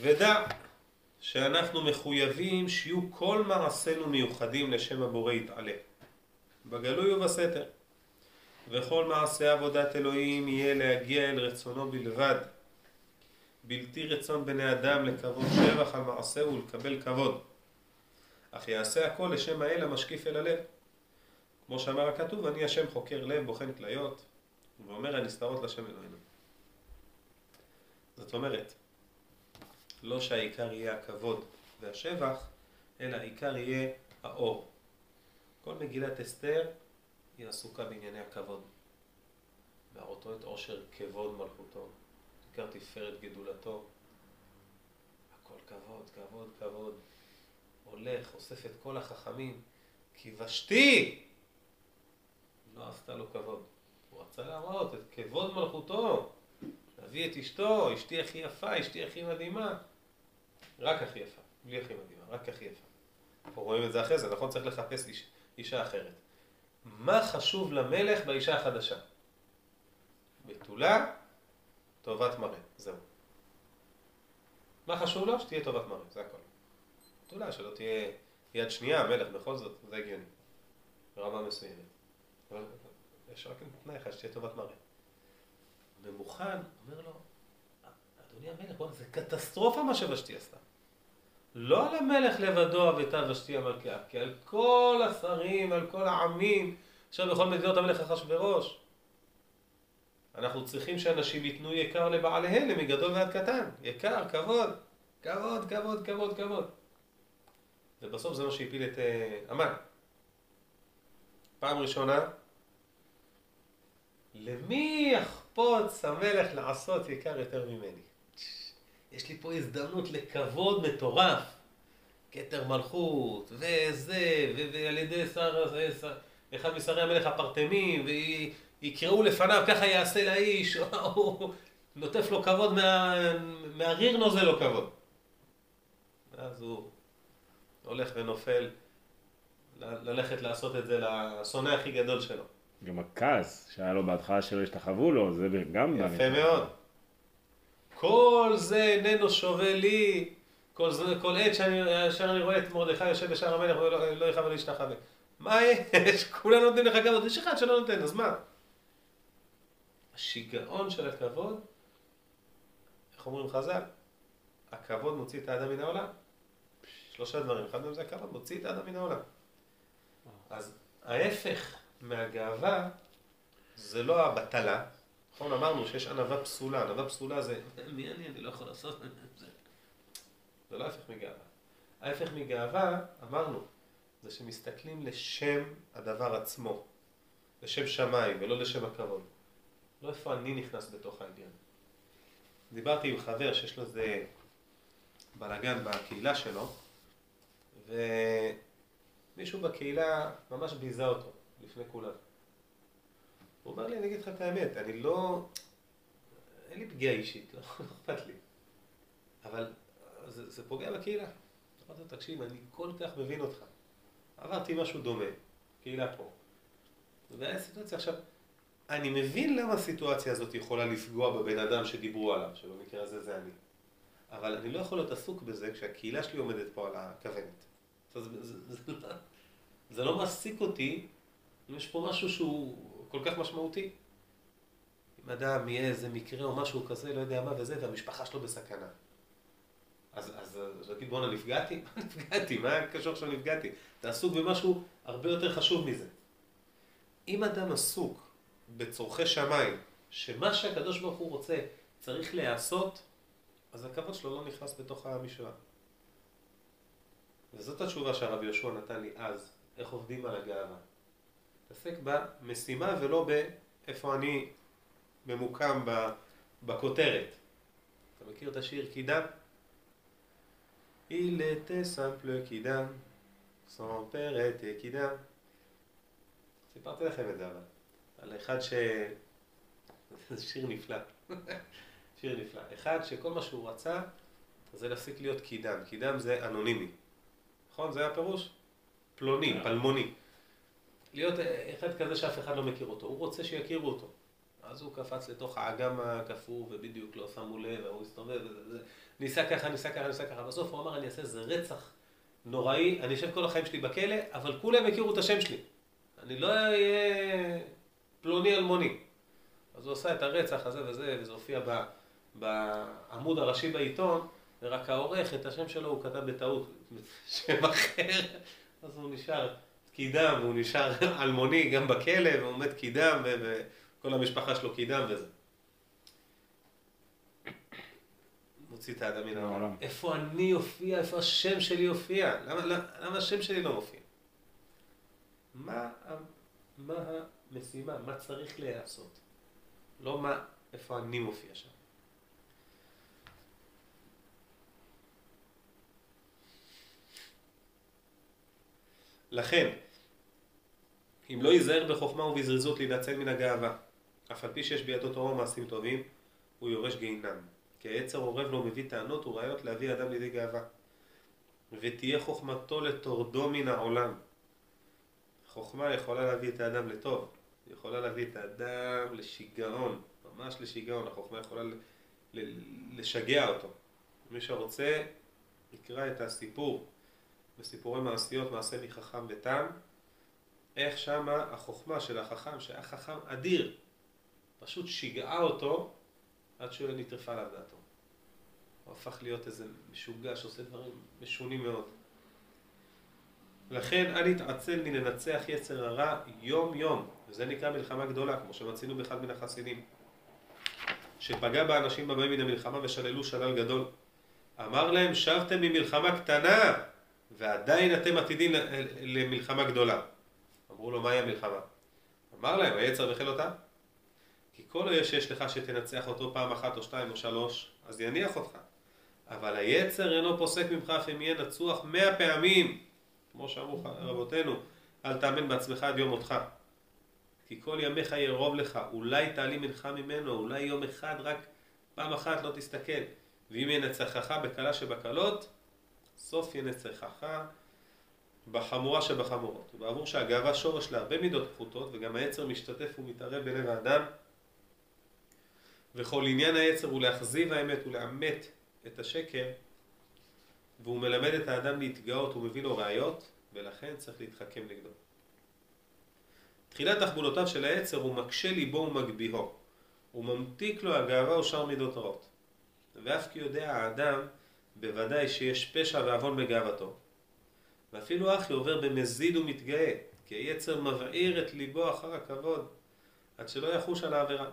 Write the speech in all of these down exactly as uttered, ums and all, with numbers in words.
ודע שאנחנו מחויבים שיהיו כל מעשינו מיוחדים לשם הבורא יתעלה, בגלוי ובסתר. וכל מעשה עבודת אלוהים יהיה להגיע אל רצונו בלבד. בלתי רצון בני אדם לכבוד שבח על מעשהו ולקבל כבוד. אך יעשה הכל לשם האל המשקיף אל הלב. כמו שאמר הכתוב, אני השם חוקר לב בוחן כליות, ואומר הנסתרות לשם אלוהינו. זאת אומרת, לא שהעיקר יהיה הכבוד והשבח, אלא העיקר יהיה האור. כל מגילת אסתר היא עסוקה בענייני הכבוד. להראותו את עושר כבוד מלכותו, עיקר תפארת גדולתו. הכל כבוד, כבוד, כבוד. הולך, אוסף את כל החכמים, כי ושתי לא עשתה לו כבוד. הוא רצה להראות את כבוד מלכותו, להביא את אשתו, אשתי הכי יפה, אשתי הכי מדהימה. רק הכי יפה, בלי הכי מדהימה, רק הכי יפה. פה רואים את זה אחרי זה, נכון? צריך לחפש איש, אישה אחרת. מה חשוב למלך באישה החדשה? בתולה, טובת מראה, זהו. מה חשוב לו? שתהיה טובת מראה, זה הכל. בתולה, שלא תהיה יד שנייה, המלך בכל זאת, זה הגיוני. ברמה מסוימת. אבל יש רק תנאי אחד, שתהיה טובת מראה. ומוכן, אומר לו, אדוני המלך, בוא, זה קטסטרופה מה שוושתי עשתה. לא על המלך לבדו אבתה ושתי המלכה, כי על כל השרים, על כל העמים, עכשיו בכל מדינות המלך אחשוורוש. אנחנו צריכים שאנשים ייתנו יקר לבעליהם, מגדול ועד קטן. יקר, כבוד, כבוד, כבוד, כבוד, כבוד. ובסוף זה מה שהפיל את uh, המן. פעם ראשונה, למי יחפוץ המלך לעשות יקר יותר ממני? יש לי פה הזדמנות לכבוד מטורף. כתר מלכות, וזה, ועל ידי שר, אחד משרי המלך הפרטמים, ויקראו לפניו, ככה יעשה לאיש, הוא נוטף לו כבוד, מה, מהריר נוזל לו כבוד. ואז הוא הולך ונופל ללכת לעשות את זה לשונא הכי גדול שלו. גם הכעס שהיה לו בהתחלה שלו השתחוו לו, זה גם... יפה מאוד. כל זה איננו שווה לי, כל, זה, כל עת שאני, שאני רואה את מרדכי יושב בשער המלך ולא לא יכבה להשתחווה. מה יש? כולם נותנים לך כבוד, יש אחד שלא נותן, אז מה? השיגעון של הכבוד, איך אומרים חז"ל? הכבוד מוציא את האדם מן העולם. שלושה דברים, אחד מהם זה הכבוד, מוציא את האדם מן העולם. אז ההפך מהגאווה זה לא הבטלה. נכון, אמרנו שיש ענווה פסולה, ענווה פסולה זה מי אני, אני לא יכול לעשות את זה. זה לא ההפך מגאווה. ההפך מגאווה, אמרנו, זה שמסתכלים לשם הדבר עצמו, לשם שמיים ולא לשם הכבוד. לא איפה אני נכנס בתוך העניין. דיברתי עם חבר שיש לו איזה בלגן בקהילה שלו, ומישהו בקהילה ממש ביזה אותו לפני כולם. הוא אומר לי, אני אגיד לך את האמת, אני לא... אין לי פגיעה אישית, לא אכפת לי. אבל זה, זה פוגע בקהילה. אמרתי לו, תקשיב, אני כל כך מבין אותך. עברתי משהו דומה, קהילה פה. ובעיה סיטואציה עכשיו, אני מבין למה הסיטואציה הזאת יכולה לפגוע בבן אדם שדיברו עליו, שבמקרה הזה זה אני. אבל אני לא יכול להיות עסוק בזה כשהקהילה שלי עומדת פה על הכוונת. זה, זה, זה, זה, לא, זה לא מעסיק אותי, יש פה משהו שהוא כל כך משמעותי. אם אדם יהיה איזה מקרה או משהו כזה, לא יודע מה וזה, והמשפחה שלו בסכנה. אז, אז, אז תגיד, בוא'נה, נפגעתי? מה נפגעתי? מה קשור עכשיו נפגעתי? אתה עסוק במשהו הרבה יותר חשוב מזה. אם אדם עסוק בצורכי שמיים, שמה שהקדוש ברוך הוא רוצה צריך להיעשות, אז הכבוד שלו לא נכנס בתוך המשוואה. וזאת התשובה שהרב יהושע נתן לי אז, איך עובדים על הגאווה. תעסק במשימה ולא באיפה אני ממוקם בכותרת. אתה מכיר את השיר קידם? Il était simple קידם, son père était קידם. סיפרתי לכם את זה אבל. על אחד ש... זה שיר נפלא. שיר נפלא. אחד שכל מה שהוא רצה זה להפסיק להיות קידם. קידם זה אנונימי. נכון? זה היה פירוש? פלוני, פלמוני. להיות אחד כזה שאף אחד לא מכיר אותו. הוא רוצה שיכירו אותו. אז הוא קפץ לתוך האגם הקפוא, ובדיוק לא שמו לב, והוא הסתובב, וזה, ניסה ככה, ניסה ככה, ניסה ככה. בסוף הוא אמר, אני אעשה איזה רצח נוראי, אני אשב כל החיים שלי בכלא, אבל כולם יכירו את השם שלי. אני לא אהיה פלוני אלמוני. אז הוא עשה את הרצח הזה וזה, וזה הופיע ב, בעמוד הראשי בעיתון, ורק העורך, את השם שלו הוא כתב בטעות, שם אחר, אז הוא נשאר קידם, והוא נשאר אלמוני גם בכלא, והוא מת קידם, וכל המשפחה שלו קידם וזה. מוציא את האדם מן העולם. איפה אני יופיע? איפה השם שלי יופיע? למה, למה, למה השם שלי לא מופיע? מה, מה המשימה? מה צריך לעשות? לא מה, איפה אני מופיע שם. לכן, אם לא ייזהר בחוכמה ובזריזות להינצל מן הגאווה, אף על פי שיש בידו תורה ומעשים טובים, הוא יורש גיהינם. כי היצר עורב לו מביא טענות וראיות להביא אדם לידי גאווה. ותהיה חוכמתו לטורדו מן העולם. חוכמה יכולה להביא את האדם לטוב, יכולה להביא את האדם לשיגעון, ממש לשיגעון. החוכמה יכולה לשגע אותו. מי שרוצה יקרא את הסיפור בסיפורי מעשיות, מעשה מחכם ותם, איך שמה החוכמה של החכם, שהיה חכם אדיר, פשוט שיגעה אותו עד שהוא נטרפה עליו דעתו. הוא הפך להיות איזה משוגע שעושה דברים משונים מאוד. לכן אל יתעצל מלנצח יצר הרע יום יום, וזה נקרא מלחמה גדולה, כמו שמצינו באחד מן החסידים, שפגע באנשים הבאים מן המלחמה ושללו שלל גדול. אמר להם, שבתם ממלחמה קטנה, ועדיין אתם עתידים למלחמה גדולה. אמרו לו, מהי המלחמה? אמר להם, היצר וחיל אותה. כי כל היש שיש לך שתנצח אותו פעם אחת או שתיים או שלוש, אז יניח אותך. אבל היצר אינו פוסק ממך אף אם יהיה נצוח מאה פעמים, כמו שאמרו רבותינו, אל תאמן בעצמך עד יום מותך. כי כל ימיך ירוב לך, אולי תעלים מנך ממנו, אולי יום אחד רק פעם אחת לא תסתכל. ואם ינצחך בקלה שבקלות, סוף ינצחך בחמורה שבחמורות. ובעבור שהגאווה שורש להרבה מידות פחותות, וגם היצר משתתף ומתערב בלב האדם, וכל עניין היצר הוא להחזיב האמת ולאמת את השקר, והוא מלמד את האדם להתגאות ומביא לו ראיות, ולכן צריך להתחכם נגדו. תחילת תחבולותיו של היצר הוא מקשה ליבו ומגביהו, הוא ממתיק לו הגאווה ושאר מידות רעות. ואף כי יודע האדם בוודאי שיש פשע ועוון בגאוותו. ואפילו אחי עובר במזיד ומתגאה, כי היצר מבעיר את ליבו אחר הכבוד, עד שלא יחוש על העבירה.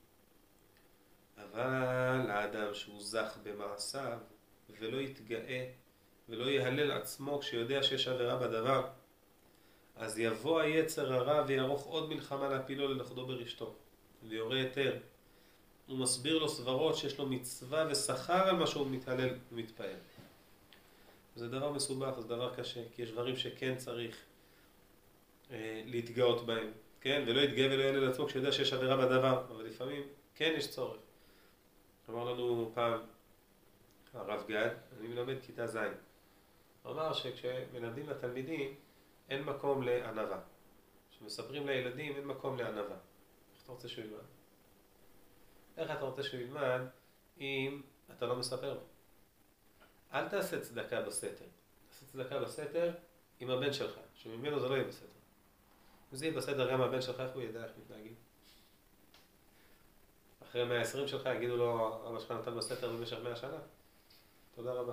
אבל האדם שהוא זך במעשיו, ולא יתגאה, ולא יהלל עצמו כשיודע שיש עבירה בדבר, אז יבוא היצר הרע ויערוך עוד מלחמה להפילו ללכדו ברשתו, ויורה היתר. הוא מסביר לו סברות שיש לו מצווה ושכר על מה שהוא מתהלל ומתפעל. זה דבר מסובך, זה דבר קשה, כי יש דברים שכן צריך אה, להתגאות בהם, כן? ולא יתגאה ולא יהלל עצמו כשיודע שיש עבירה בדבר, אבל לפעמים כן יש צורך. אמר לנו פעם הרב גד, אני מלמד כיתה ז', הוא אמר שכשמלמדים לתלמידים אין מקום לענווה. כשמספרים לילדים אין מקום לענווה. איך אתה רוצה שהוא ילמד? איך אתה רוצה שהוא ילמד אם אתה לא מספר לו? אל תעשה צדקה בסתר. תעשה צדקה בסתר עם הבן שלך, שממנו זה לא יהיה בסתר. אם זה יהיה בסתר גם הבן שלך, איך הוא ידע איך מתנהגים? אחרי מאה ועשרים שלך יגידו לו, אבא שלך נתן בסתר במשך מאה שנה. תודה רבה.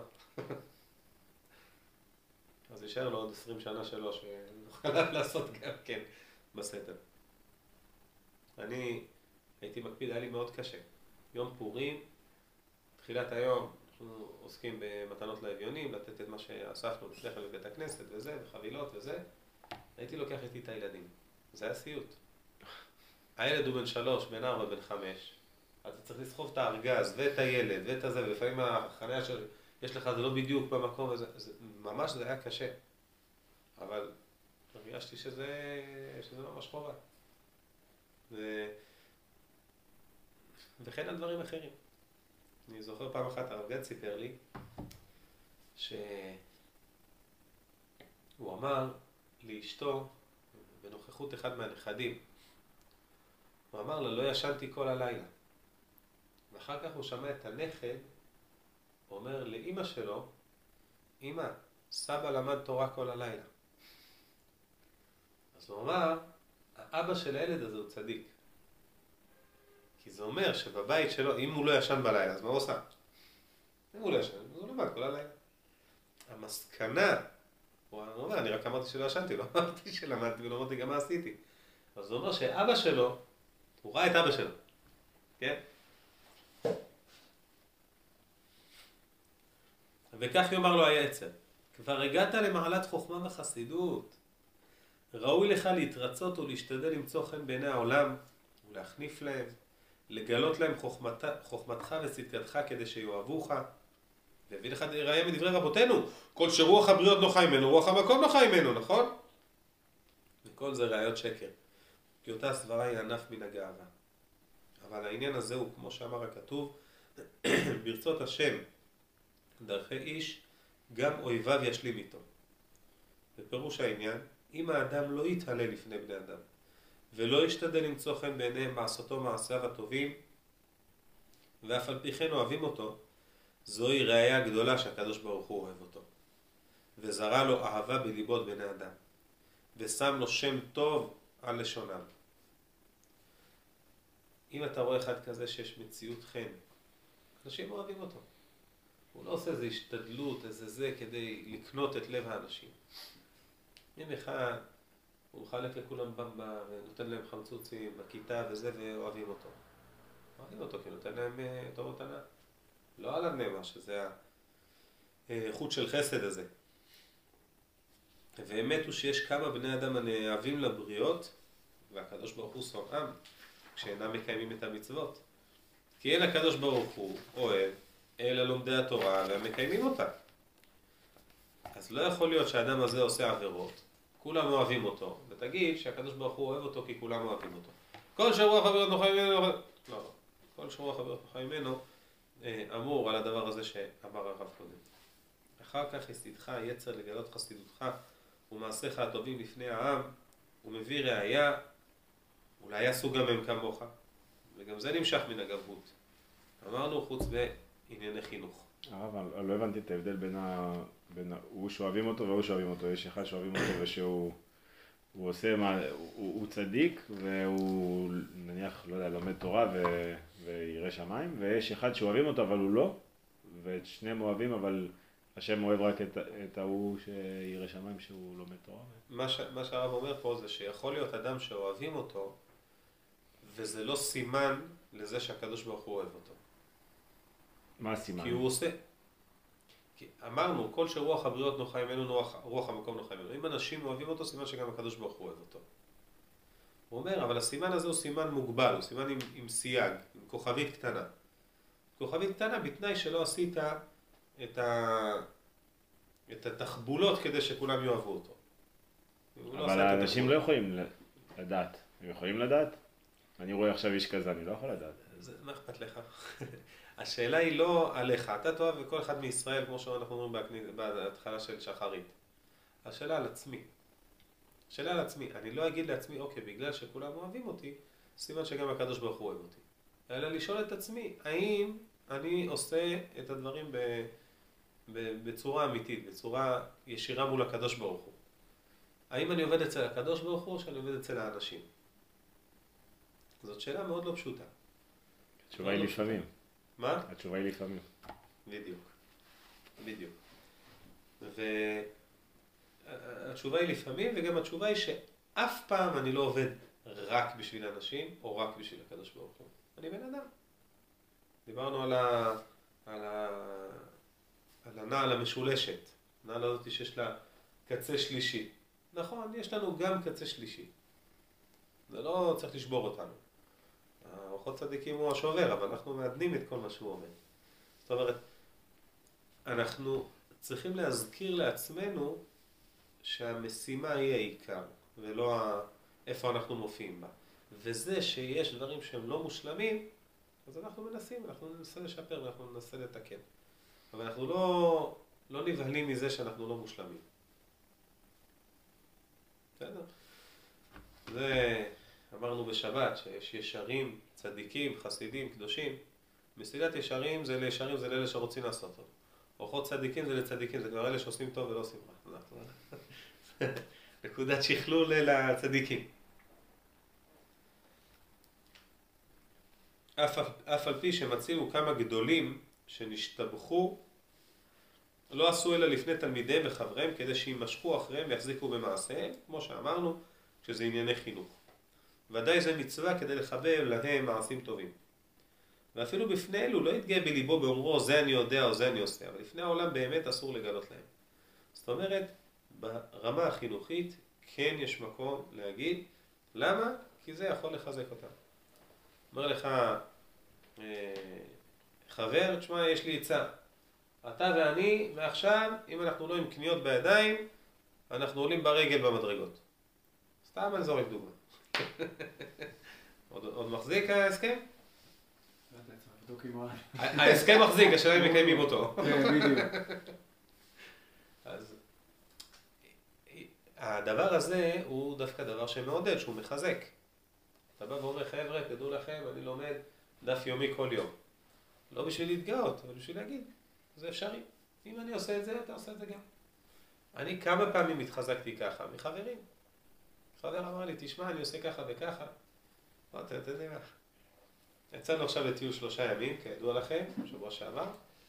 אז יישאר לו עוד עשרים שנה שלו שנוכל לעשות גם כן בסתר. אני הייתי מקפיד, היה לי מאוד קשה. יום פורים, תחילת היום, אנחנו עוסקים במתנות לאביונים, לתת את מה שאספנו לפני כן בבית הכנסת וזה, וחבילות וזה. הייתי לוקח איתי את הילדים. זה היה סיוט. הילד הוא בן שלוש, בן ארבע, בן חמש. אתה צריך לסחוב את הארגז ואת הילד ואת הזה, ולפעמים החניה שיש לך זה לא בדיוק במקום, וזה, זה, ממש זה היה קשה. אבל הרגשתי שזה, שזה ממש חובה. ו... וכן על דברים אחרים. אני זוכר פעם אחת, הרב גד סיפר לי, שהוא אמר לאשתו, בנוכחות אחד מהנכדים, הוא אמר לה, לא ישנתי כל הלילה. ואחר כך הוא שמע את הנכד, הוא אומר לאמא שלו, אמא, סבא למד תורה כל הלילה. אז הוא אמר, האבא של הילד הזה הוא צדיק. כי זה אומר שבבית שלו, אם הוא לא ישן בלילה, אז מה הוא עושה? אם הוא לא ישן, אז הוא למד כל הלילה. המסקנה, הוא אומר, אני רק אמרתי שלא ישנתי, לא אמרתי שלמדתי ולא אמרתי גם מה עשיתי. אז הוא אומר שאבא שלו, הוא ראה את אבא שלו, כן? וכך יאמר לו היצר, כבר הגעת למעלת חוכמה וחסידות, ראוי לך להתרצות ולהשתדל למצוא חן בעיני העולם ולהחניף להם, לגלות להם חוכמת, חוכמתך וצדקתך כדי שיאהבוך. והביא לך ראיה מדברי רבותינו, כל שרוח הבריות נוחה ממנו, רוח המקום נוחה ממנו, נכון? וכל זה ראיות שקר, כי אותה סברה היא ענף מן הגאווה. אבל העניין הזה הוא, כמו שאמר הכתוב, ברצות השם, דרכי איש, גם אויביו ישלים איתו. בפירוש העניין, אם האדם לא יתעלה לפני בני אדם, ולא ישתדל למצוא חן בעיניהם בעשותו מעשיו הטובים, ואף על פי כן אוהבים אותו, זוהי ראיה גדולה שהקדוש ברוך הוא אוהב אותו. וזרה לו אהבה בליבות בני אדם, ושם לו שם טוב על לשונם. אם אתה רואה אחד כזה שיש מציאות חן, אנשים אוהבים אותו. הוא לא עושה איזו השתדלות, איזה זה, כדי לקנות את לב האנשים. אם אחד, הוא מחלק לכולם במבה, ונותן להם חמצוצים בכיתה וזה, ואוהבים אותו. אוהבים אותו, כי נותן להם אותו מתנה. לא על הנמה, שזה החוט של חסד הזה. והאמת הוא שיש כמה בני אדם הנאהבים לבריות, והקדוש ברוך הוא שונאם, כשאינם מקיימים את המצוות. כי אין הקדוש ברוך הוא אוהב, אלא לומדי התורה ומקיימים אותה. אז לא יכול להיות שהאדם הזה עושה עבירות, כולם אוהבים אותו, ותגיד שהקדוש ברוך הוא אוהב אותו כי כולם אוהבים אותו. כל שרוח הבריות נוחה ממנו, לא, לא. כל שרוח הבריות נוחה ממנו אמור על הדבר הזה שאמר הרב קודם. אחר כך יסתידך יצר לגלות חסידותך ומעשיך הטובים לפני העם, ומביא ראיה, אולי יעשו גם הם כמוך, וגם זה נמשך מן הגברות. אמרנו חוץ בענייני חינוך. הרב, אני לא הבנתי את ההבדל בין, ה... בין הוא שאוהבים אותו והוא שאוהבים אותו. יש אחד שאוהבים אותו ושהוא הוא עושה מה, הוא, הוא צדיק והוא נניח, לא יודע, לומד תורה ו... וירא שמיים, ויש אחד שאוהבים אותו אבל הוא לא, ואת שניהם אוהבים אבל השם אוהב רק את, את ההוא שירא שמיים שהוא לומד תורה. מה, ש... מה שהרב אומר פה זה שיכול להיות אדם שאוהבים אותו, וזה לא סימן לזה שהקדוש ברוך הוא אוהב אותו. מה הסימן? כי הוא עושה. כי אמרנו, כל שרוח הבריות נוחה ממנו, רוח, רוח המקום נוחה ממנו. אם אנשים אוהבים אותו, סימן שגם הקדוש ברוך הוא אוהב אותו. הוא אומר, אבל הסימן הזה הוא סימן מוגבל, הוא סימן עם, עם סייג, עם כוכבית קטנה. כוכבית קטנה בתנאי שלא עשית את, ה... את התחבולות כדי שכולם יאהבו אותו. אבל לא האנשים לא יכולים לדעת. הם יכולים לדעת? אני רואה עכשיו איש כזה, אני לא יכול לדעת. זה, מה אכפת לך? השאלה היא לא עליך, אתה תאהב וכל אחד מישראל, כמו שאנחנו אומרים בהתחלה של שחרית. השאלה על עצמי. השאלה על עצמי. אני לא אגיד לעצמי, אוקיי, בגלל שכולם אוהבים אותי, סימן שגם הקדוש ברוך הוא אוהב אותי. אלא לשאול את עצמי, האם אני עושה את הדברים ב, ב, בצורה אמיתית, בצורה ישירה מול הקדוש ברוך הוא? האם אני עובד אצל הקדוש ברוך הוא או שאני עובד אצל האנשים? זאת שאלה מאוד לא פשוטה. התשובה היא לפעמים. מה? התשובה היא לפעמים. בדיוק. בדיוק. והתשובה היא לפעמים, וגם התשובה היא שאף פעם אני לא עובד רק בשביל אנשים, או רק בשביל הקדוש ברוך הוא. אני בן אדם. דיברנו על ה... על ה... על הנעל המשולשת. הנעל הזאת שיש לה קצה שלישי. נכון, יש לנו גם קצה שלישי. זה לא צריך לשבור אותנו. האורחות צדיקים הוא השובר, אבל אנחנו מעדנים את כל מה שהוא אומר. זאת אומרת, אנחנו צריכים להזכיר לעצמנו שהמשימה היא העיקר, ולא איפה אנחנו מופיעים בה. וזה שיש דברים שהם לא מושלמים, אז אנחנו מנסים, אנחנו ננסה לשפר, אנחנו ננסה לתקן. אבל אנחנו לא, לא נבהלים מזה שאנחנו לא מושלמים. בסדר? זה אמרנו בשבת שיש ישרים, צדיקים, חסידים, קדושים. מסילת ישרים זה לישרים, זה לאלה שרוצים לעשות טוב. אורחות צדיקים זה לצדיקים, זה כבר אלה שעושים טוב ולא עושים רע. נקודת שכלול לצדיקים. אף, אף על פי שמצאו כמה גדולים שנשתבחו, לא עשו אלא לפני תלמידיהם וחבריהם כדי שימשכו אחריהם ויחזיקו במעשיהם, כמו שאמרנו, שזה ענייני חינוך. ודאי זה מצווה כדי לחבר להם מעשים טובים. ואפילו בפני אלו לא יתגאה בליבו באומרו זה אני יודע או זה אני עושה, אבל לפני העולם באמת אסור לגלות להם. זאת אומרת, ברמה החינוכית כן יש מקום להגיד, למה? כי זה יכול לחזק אותם. אומר לך אה, חבר, תשמע, יש לי עצה. אתה ואני, מעכשיו, אם אנחנו לא עם קניות בידיים, אנחנו עולים ברגל במדרגות. סתם אני זורק דוגמה. עוד, עוד מחזיק ההסכם? ההסכם מחזיק, השאלה אם מקיימים אותו. כן, בדיוק. אז הדבר הזה הוא דווקא דבר שמעודד, שהוא מחזק. אתה בא ואומר, חבר'ה, תדעו לכם, אני לומד דף יומי כל יום. לא בשביל להתגאות, אבל בשביל להגיד, זה אפשרי. אם אני עושה את זה, אתה עושה את זה גם. אני כמה פעמים התחזקתי ככה, מחברים. חבר אמר לי, תשמע, אני עושה ככה וככה. לא, אתה יודע מה. יצאנו עכשיו לטיול שלושה ימים, כידוע לכם, שבוע שעבר.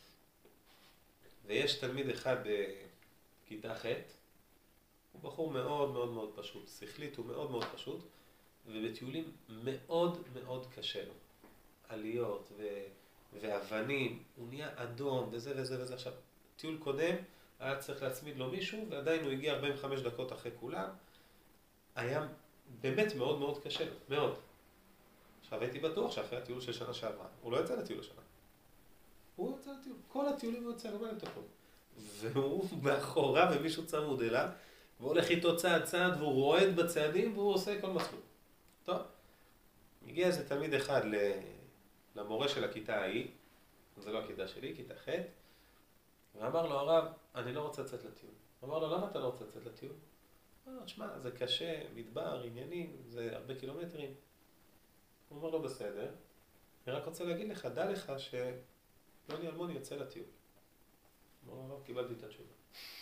ויש תלמיד אחד בכיתה ח', הוא בחור מאוד מאוד מאוד פשוט. שכלית הוא מאוד מאוד פשוט, ובטיולים מאוד מאוד קשה לו. עליות ו... ואבנים, הוא נהיה אדום וזה וזה וזה. עכשיו, טיול קודם היה צריך להצמיד לו מישהו, ועדיין הוא הגיע ארבעים וחמש דקות אחרי כולם. היה באמת מאוד מאוד קשה לו, מאוד. עכשיו הייתי בטוח שאחרי הטיול של שנה שעברה, הוא לא יצא לטיול השנה. הוא יצא לטיול, כל הטיולים הוא יצא, לא מעניין אותו. והוא מאחורה ומישהו צמוד אליו, והוא הולך איתו צעד צעד, והוא רועד בצעדים, והוא עושה כל מסלול. טוב, הגיע איזה תלמיד אחד למורה של הכיתה ההיא, זה לא הכיתה שלי, כיתה ח', ואמר לו, הרב, אני לא רוצה לצאת לטיול. אמר לו, למה אתה לא רוצה לצאת לטיול? אמר לו, תשמע, זה קשה, מדבר, עניינים, זה הרבה קילומטרים. הוא אומר לו, בסדר, אני רק רוצה להגיד לך, דע לך שיוני אלמוני יוצא לטיול. אמר לו, לא, קיבלתי את התשובה.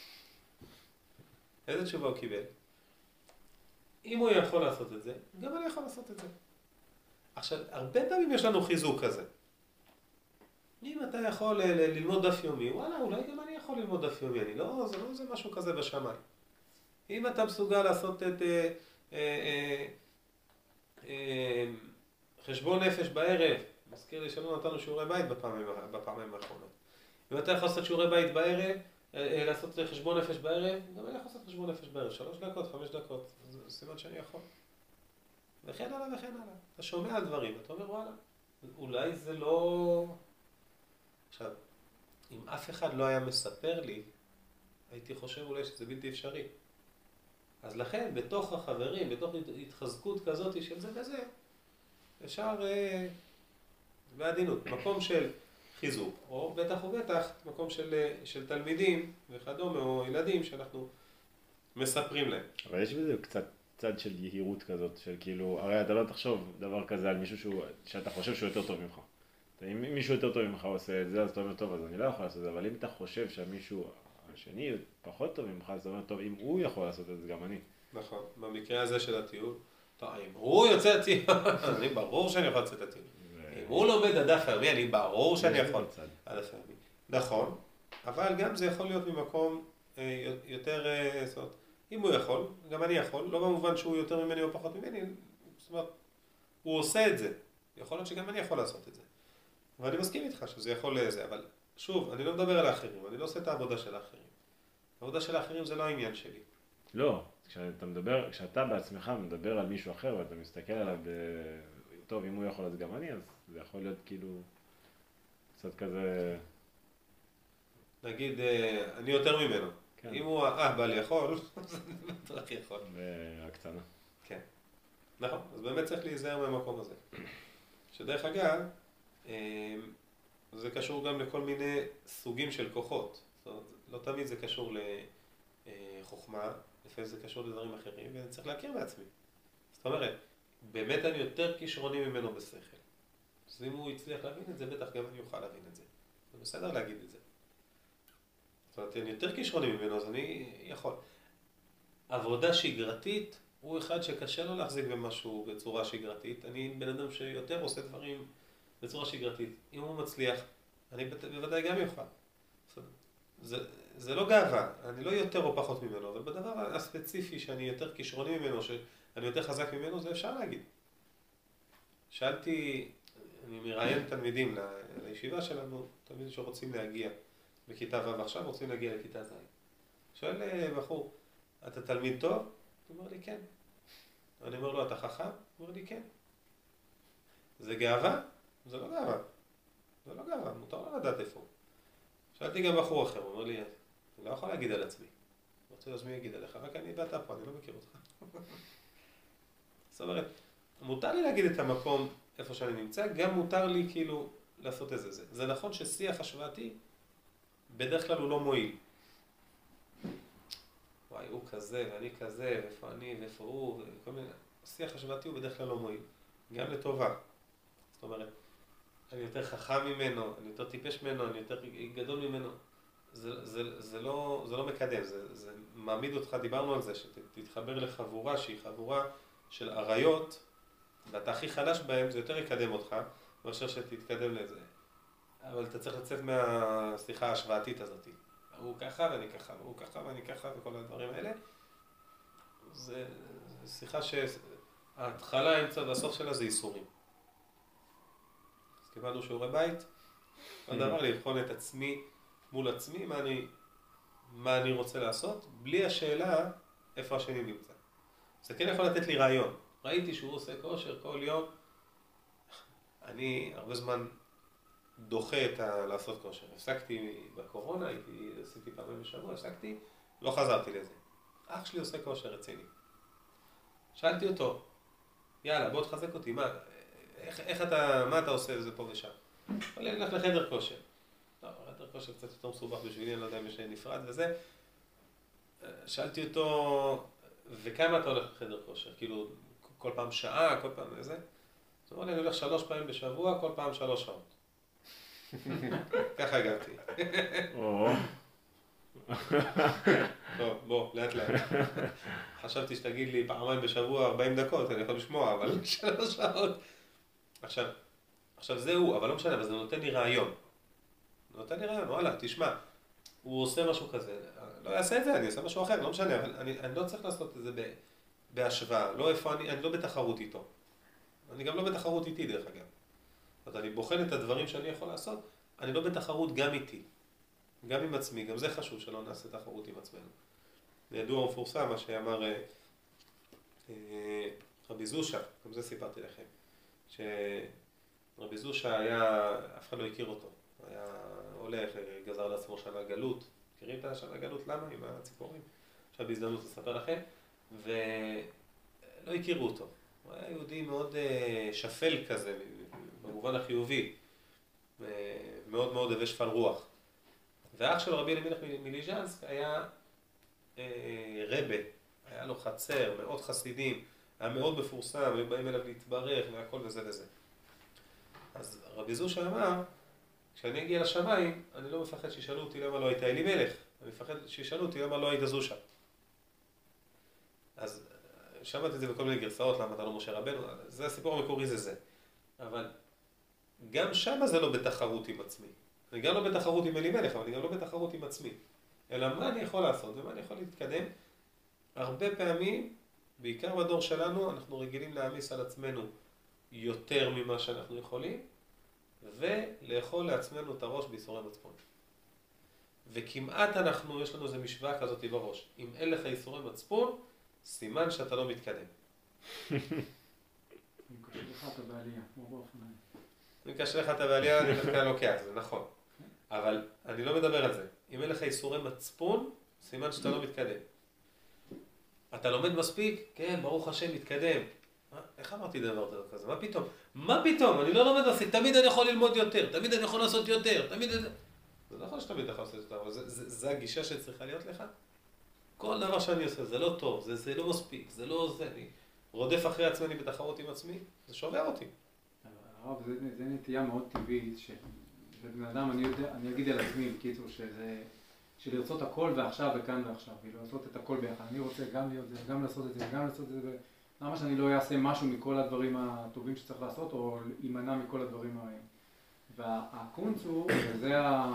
איזה תשובה הוא קיבל? אם הוא יכול לעשות את זה, גם אני יכול לעשות את זה. עכשיו, הרבה פעמים יש לנו חיזוק כזה. אם אתה יכול ללמוד דף יומי, וואלה, אולי גם אני יכול ללמוד דף יומי. אני לא, זה לא זה משהו כזה בשמיים. אם אתה מסוגל לעשות את אה, אה, אה, אה, חשבון נפש בערב, מזכיר לי שלא נתנו שיעורי בית בפעמים, בפעמים האחרונות. אם אתה יכול לעשות שיעורי בית בערב, אה, לעשות חשבון נפש בערב, גם אני יכול לעשות חשבון נפש בערב, שלוש דקות, חמש דקות, זה סימן שאני יכול. וכן הלאה וכן הלאה. אתה שומע על דברים, אתה אומר וואלה, אולי זה לא... עכשיו, אם אף אחד לא היה מספר לי, הייתי חושב אולי שזה בלתי אפשרי. אז לכן, בתוך החברים, בתוך התחזקות כזאת של זה וזה, אפשר אה, בעדינות, מקום של חיזוק, או בטח ובטח, מקום של, של תלמידים וכדומה, או ילדים שאנחנו מספרים להם. אבל יש בזה קצת צד של יהירות כזאת, של כאילו, הרי אתה לא תחשוב דבר כזה על מישהו שהוא, שאתה חושב שהוא יותר טוב ממך. אם מישהו יותר טוב ממך עושה את זה, אז אתה אומר, טוב, אז אני לא יכול לעשות את זה, אבל אם אתה חושב שהמישהו השני פחות טוב ממך, אז אתה אומר, טוב, אם הוא יכול לעשות את זה, גם אני. נכון, במקרה הזה של הטיול, טוב, אם הוא יוצא לטיול, אני ברור שאני יכול לצאת לטיול. אם הוא לומד הדף היומי, אני ברור שאני יכול. הדף היומי. נכון, אבל גם זה יכול להיות ממקום יותר, זאת אומרת, אם הוא יכול, גם אני יכול, לא במובן שהוא יותר ממני או פחות ממני, זאת אומרת, הוא עושה את זה. יכול להיות שגם אני יכול לעשות את זה. ואני מסכים איתך שזה יכול לזה, אבל שוב, אני לא מדבר על האחרים, אני לא עושה את העבודה של האחרים. העבודה של האחרים זה לא העניין שלי. לא, כשאתה מדבר, כשאתה בעצמך מדבר על מישהו אחר ואתה מסתכל עליו, ב... טוב, אם הוא יכול אז גם אני, אז זה יכול להיות כאילו קצת כזה... נגיד, אני יותר ממנו. כן. אם הוא האהבל יכול, אז אני בטוח יכול. והקטנה. כן. נכון, אז באמת צריך להיזהר מהמקום הזה. שדרך אגב, זה קשור גם לכל מיני סוגים של כוחות. זאת אומרת, לא תמיד זה קשור לחוכמה, לפעמים זה קשור לדברים אחרים, ואני צריך להכיר בעצמי. זאת אומרת, באמת אני יותר כישרוני ממנו בשכל. אז אם הוא יצליח להבין את זה, בטח גם אני אוכל להבין את זה. זה בסדר להגיד את זה. זאת אומרת, אני יותר כישרוני ממנו, אז אני יכול. עבודה שגרתית, הוא אחד שקשה לו להחזיק במשהו בצורה שגרתית. אני בן אדם שיותר עושה דברים בצורה שגרתית. אם הוא מצליח, אני בוודאי גם יוכל. זה, זה לא גאווה, אני לא יותר או פחות ממנו, אבל בדבר הספציפי שאני יותר כישרוני ממנו, שאני יותר חזק ממנו, זה אפשר להגיד. שאלתי, אני מראיין תלמידים לישיבה שלנו, תלמידים שרוצים להגיע בכיתה ו' עכשיו, רוצים להגיע לכיתה ז'. שואל בחור, אתה תלמיד טוב? הוא אומר לי כן. אני אומר לו, אתה חכם? הוא אומר לי כן. זה גאווה? זה לא גאווה. זה לא גאווה, מותר לא לדעת איפה. שאלתי גם בחור אחר, הוא אומר לי, אני לא יכול להגיד על עצמי. אני רוצה להזמין להגיד עליך, רק אני ואתה פה, אני לא מכיר אותך. זאת אומרת, מותר לי להגיד את המקום איפה שאני נמצא, גם מותר לי כאילו לעשות את זה. זה, זה נכון ששיח השוואתי, בדרך כלל הוא לא מועיל. וואי, הוא כזה, ואני כזה, ואיפה אני, ואיפה הוא, וכל מיני... השיח השוואתי הוא בדרך כלל לא מועיל. גם לטובה. זאת אומרת, אני יותר חכם ממנו, אני יותר טיפש ממנו, אני יותר גדול ממנו. זה, זה, זה, לא, זה לא מקדם, זה, זה מעמיד אותך, דיברנו על זה, שתתחבר לחבורה שהיא חבורה של עריות, ואתה הכי חלש בהם, זה יותר יקדם אותך, מאשר שתתקדם לזה. אבל אתה צריך לצאת מהשיחה ההשוואתית הזאת. הוא ככה ואני ככה, והוא ככה ואני ככה, וכל הדברים האלה. זה, זה שיחה שההתחלה, האמצע והסוף שלה זה איסורים. אז קיבלנו שיעורי בית, הדבר לבחון את עצמי מול עצמי, מה אני, מה אני רוצה לעשות, בלי השאלה איפה השני נמצא. זה כן יכול לתת לי רעיון. ראיתי שהוא עושה כושר כל יום. אני הרבה זמן דוחה את ה... לעשות כושר. הפסקתי בקורונה, הייתי, עשיתי פעמים בשבוע, הפסקתי, לא חזרתי לזה. אח שלי עושה כושר רציני. שאלתי אותו, יאללה, בוא תחזק אותי, מה, איך, איך אתה, מה אתה עושה לזה פה ושם? אבל אני הולך לחדר כושר. לא, חדר כושר קצת יותר מסובך בשבילי, אני לא יודע אם יש נפרד וזה. שאלתי אותו, וכמה אתה הולך לחדר כושר? כאילו, כל פעם שעה, כל פעם איזה? זאת אומרת, אני הולך שלוש פעמים בשבוע, כל פעם שלוש שעות. ככה הגעתי. טוב, בוא, לאט לאט. חשבתי שתגיד לי פעמיים בשבוע ארבעים דקות, אני יכול לשמוע, אבל שלוש שעות. עכשיו, עכשיו זהו, אבל לא משנה, אבל זה נותן לי רעיון. נותן לי רעיון, וואלה, תשמע, הוא עושה משהו כזה, לא אעשה את זה, אני אעשה משהו אחר, לא משנה, אבל אני, אני לא צריך לעשות את זה בהשוואה, לא איפה אני, אני לא בתחרות איתו. אני גם לא בתחרות איתי, דרך אגב. אז אני בוחן את הדברים שאני יכול לעשות, אני לא בתחרות גם איתי. גם עם עצמי, גם זה חשוב שלא נעשה תחרות עם עצמנו. ידוע ומפורסם מה שאמר אה, אה, רבי זושה, גם זה סיפרתי לכם, שרבי זושה היה, אף אחד לא הכיר אותו, היה הולך, גזר לעצמו שנה גלות, מכירים את השנה גלות? למה? עם הציפורים. עכשיו בהזדמנות לספר לכם, ולא הכירו אותו. הוא היה יהודי מאוד אה, שפל כזה, במובן החיובי, מאוד מאוד הווה שפל רוח. ואח של רבי אלימלך מליז'נסק היה אה, רבה, היה לו חצר, מאוד חסידים, היה מאוד מפורסם, היו באים אליו להתברך והכל וזה וזה. אז רבי זושה אמר, כשאני אגיע לשמיים, אני לא מפחד שישאלו אותי למה לא היית אלימלך, אני מפחד שישאלו אותי למה לא היית זושה. אז שמעתי את זה בכל מיני גרסאות, למה אתה לא משה רבנו, זה הסיפור המקורי, זה זה. אבל גם שם זה לא בתחרות עם עצמי. אני גם לא בתחרות עם אלימלך, אבל אני גם לא בתחרות עם עצמי. אלא מה אני יכול לעשות ומה אני יכול להתקדם. הרבה פעמים, בעיקר בדור שלנו, אנחנו רגילים להעמיס על עצמנו יותר ממה שאנחנו יכולים, ולאכול לעצמנו את הראש בייסורי מצפון. וכמעט אנחנו, יש לנו איזו משוואה כזאת בראש. אם אין לך ייסורי מצפון, סימן שאתה לא מתקדם. אני קשה לך את הבעלייה, כמו באופניים. אם קשה לך את הבעלייה, אני דווקא לוקח, זה נכון. אבל אני לא מדבר על זה. אם אין לך ייסורי מצפון, סימן שאתה לא מתקדם. אתה לומד מספיק? כן, ברוך השם, מתקדם. מה? איך אמרתי דבר כזה? מה פתאום? מה פתאום? אני לא לומד מספיק. תמיד אני יכול ללמוד יותר. תמיד אני יכול לעשות יותר. תמיד אני... זה נכון שתמיד אתה יכול לעשות יותר, אבל זה, זה, זה הגישה שצריכה להיות לך. כל דבר שאני עושה, זה לא טוב, זה, זה לא מספיק, זה לא זה. אני, רודף אחרי עצמי בתחרות עם עצמי, זה שובר אותי. הרב, זה, זה נטייה מאוד טבעית, שבן אדם, אני יודע, אני אגיד על עצמי בקיצור, שזה, שלרצות הכל ועכשיו וכאן ועכשיו, ולעשות את הכל ביחד. אני רוצה גם להיות זה, גם לעשות את זה, גם לעשות את זה, למה שאני לא אעשה משהו מכל הדברים הטובים שצריך לעשות, או יימנע מכל הדברים הרעים. והקונץ הוא, וזה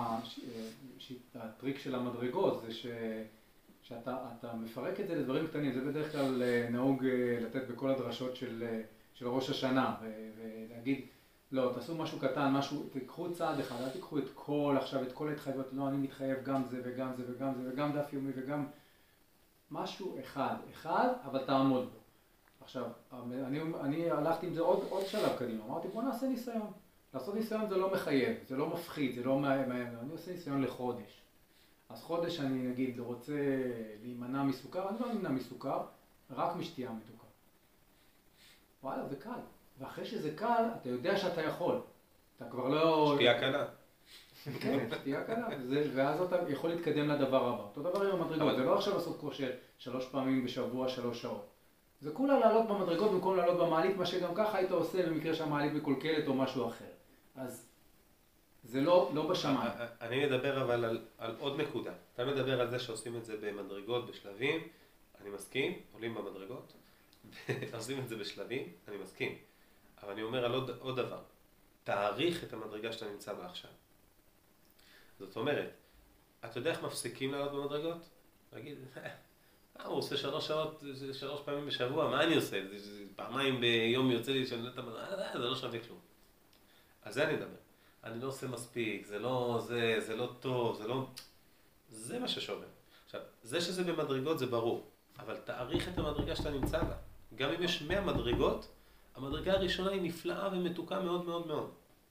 הטריק של המדרגות, זה ש... שאתה אתה מפרק את זה לדברים קטנים, זה בדרך כלל נהוג לתת בכל הדרשות של, של ראש השנה, ולהגיד, לא, תעשו משהו קטן, משהו, תיקחו צעד אחד, אל תיקחו את כל, עכשיו את כל ההתחייבות, לא, אני מתחייב גם זה וגם זה וגם זה וגם דף יומי וגם משהו אחד, אחד, אבל תעמוד בו. עכשיו, אני, אני הלכתי עם זה עוד, עוד שלב קדימה, אמרתי, בוא נעשה ניסיון. לעשות ניסיון זה לא מחייב, זה לא מפחיד, זה לא מאיים, אני עושה ניסיון לחודש. אז חודש אני נגיד רוצה להימנע מסוכר, אני לא נמנע מסוכר, רק משתייה מתוקה. וואלה, זה קל. ואחרי שזה קל, אתה יודע שאתה יכול. אתה כבר לא... שתייה קלה. כן, שתייה קלה. ואז אתה יכול להתקדם לדבר הבא. אותו דבר עם המדרגות, זה לא עכשיו לעשות כושר שלוש פעמים בשבוע, שלוש שעות. זה כולה לעלות במדרגות במקום לעלות במעלית, מה שגם ככה היית עושה במקרה שהמעלית מקולקלת או משהו אחר. אז זה לא, לא בשמיים. אני מדבר אבל על, על עוד נקודה. אתה מדבר על זה שעושים את זה במדרגות, בשלבים, אני מסכים, עולים במדרגות, עושים את זה בשלבים, אני מסכים. אבל אני אומר על עוד, עוד דבר, תאריך את המדרגה שאתה נמצא בה עכשיו. זאת אומרת, אתה יודע איך מפסיקים לעלות במדרגות? להגיד, אה, הוא עושה שלוש שעות, שלוש פעמים בשבוע, מה אני עושה? זה, זה, פעמיים ביום יוצא לי שאני את המדרגה, זה לא שווה כלום. על זה אני מדבר. אני לא עושה מספיק, זה לא, זה, זה לא טוב, זה לא... זה מה ששובר. עכשיו, זה שזה במדרגות זה ברור, אבל תאריך את המדרגה שאתה נמצא בה. גם אם יש מאה מדרגות, המדרגה הראשונה היא נפלאה ומתוקה מאוד מאוד מאוד.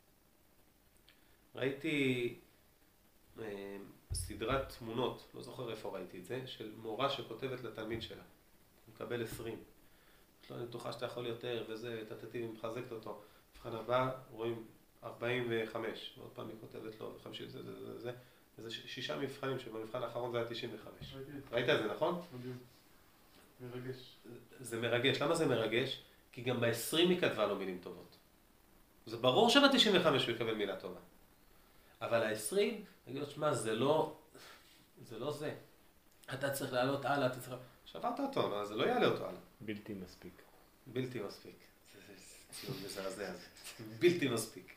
ראיתי אה, סדרת תמונות, לא זוכר איפה ראיתי את זה, של מורה שכותבת לתלמיד שלה. הוא מקבל עשרים. יש לו ניתוחה שאתה יכול יותר, וזה, תתתי ומחזקת אותו. מבחן הבא, רואים ארבעים וחמש, ועוד פעם היא כותבת לו, חמישים, זה, זה, זה, זה, וזה שישה מבחנים, שבמבחן האחרון זה היה תשעים וחמש. ראית את זה, נכון? מרגש. זה מרגש. למה זה מרגש? כי גם ב-עשרים היא כתבה לו מילים טובות. זה ברור שב-תשעים וחמש הוא יקבל מילה טובה. אבל ה-עשרים, נגיד לו, שמה, זה לא, זה לא זה. אתה צריך לעלות הלאה, אתה צריך... שברת אותו, זה לא יעלה אותו הלאה. בלתי מספיק. בלתי מספיק. זה ציון מזעזע הזה. בלתי מספיק.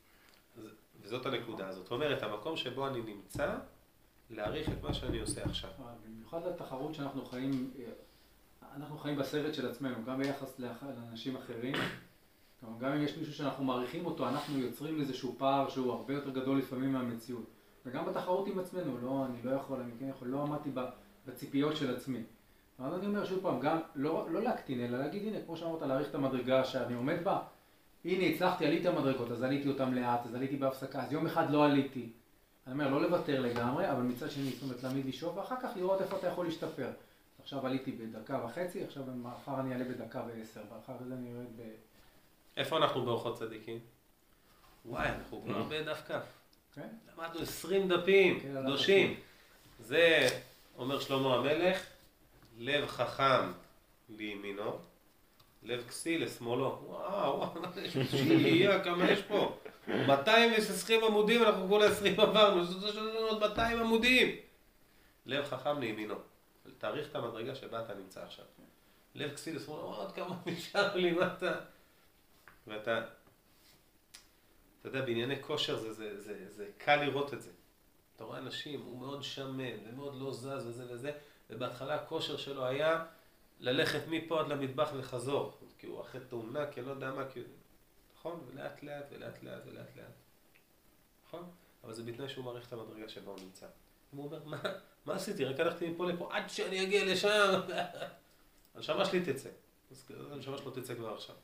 וזאת הנקודה הזאת. זאת אומרת, המקום שבו אני נמצא, להעריך את מה שאני עושה עכשיו. במיוחד לתחרות שאנחנו חיים, אנחנו חיים בסרט של עצמנו, גם ביחס לאנשים אחרים. גם אם יש מישהו שאנחנו מעריכים אותו, אנחנו יוצרים איזשהו פער שהוא הרבה יותר גדול לפעמים מהמציאות. וגם בתחרות עם עצמנו, לא, אני לא יכול, אני כן יכול, לא עמדתי בציפיות של עצמי. אז אני אומר שוב פעם, גם לא, לא להקטין, אלא להגיד, הנה, כמו שאמרת, להעריך את המדרגה שאני עומד בה. הנה, הצלחתי, עליתי המדרגות, אז עליתי אותם לאט, אז עליתי בהפסקה, אז יום אחד לא עליתי. אני אומר, לא לוותר לגמרי, אבל מצד שני, זאת אומרת, להעמיד לשאוף, ואחר כך לראות איפה אתה יכול להשתפר. עכשיו עליתי בדקה וחצי, עכשיו מחר אני אעלה בדקה ועשר, ואחר כך אני ארד ב... איפה אנחנו באורחות צדיקים? וואי, אנחנו כבר בדף כף. כן? למדנו עשרים דפים, קדושים. זה, אומר שלמה המלך, לב חכם לימינו, לב כסיל לשמאלו. וואו, וואו, שיהיה, כמה יש פה. מאתיים ועשרים עמודים, אנחנו כל עשרים עברנו, יש לנו עוד מאתיים עמודים. לב חכם לימינו. תאריך את המדרגה שבה אתה נמצא עכשיו. לב כסיל לשמאלו, עוד כמה נשאר לי, מה אתה... ואתה, אתה יודע, בענייני כושר זה, זה, זה, זה קל לראות את זה. אתה רואה אנשים, הוא מאוד שמן ומאוד לא זז וזה וזה, ובהתחלה הכושר שלו היה ללכת מפה עד למטבח וחזור, כי הוא אחרי תאונה, כי אני לא יודע מה, כי... נכון? ולאט לאט ולאט לאט ולאט לאט. נכון? אבל זה בתנאי שהוא מעריך את המדרגה שבה הוא נמצא. הוא אומר, מה, מה עשיתי? רק הלכתי מפה לפה עד שאני אגיע לשם. הנשמה שלי תצא. הנשמה שלו תצא כבר עכשיו.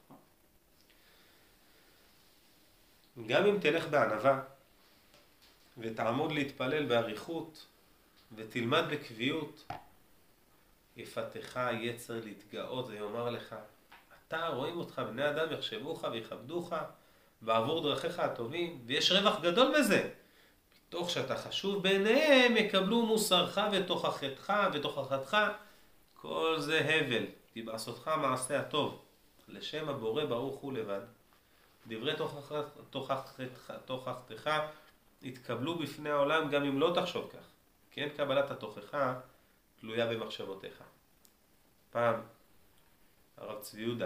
גם אם תלך בענווה ותעמוד להתפלל באריכות ותלמד בקביעות, יפתך יצר להתגאות ויאמר לך, אתה רואים אותך, בני אדם יחשבוך ויכבדוך בעבור דרכיך הטובים, ויש רווח גדול בזה. מתוך שאתה חשוב בעיניהם יקבלו מוסרך ותוכחתך ותוכחתך, כל זה הבל, כי בעשותך מעשה הטוב, לשם הבורא ברוך הוא לבד. דברי תוכחתך, תוכחתך יתקבלו בפני העולם גם אם לא תחשוב כך. כי אין קבלת התוכחה תלויה במחשבותיך. פעם הרב צבי יהודה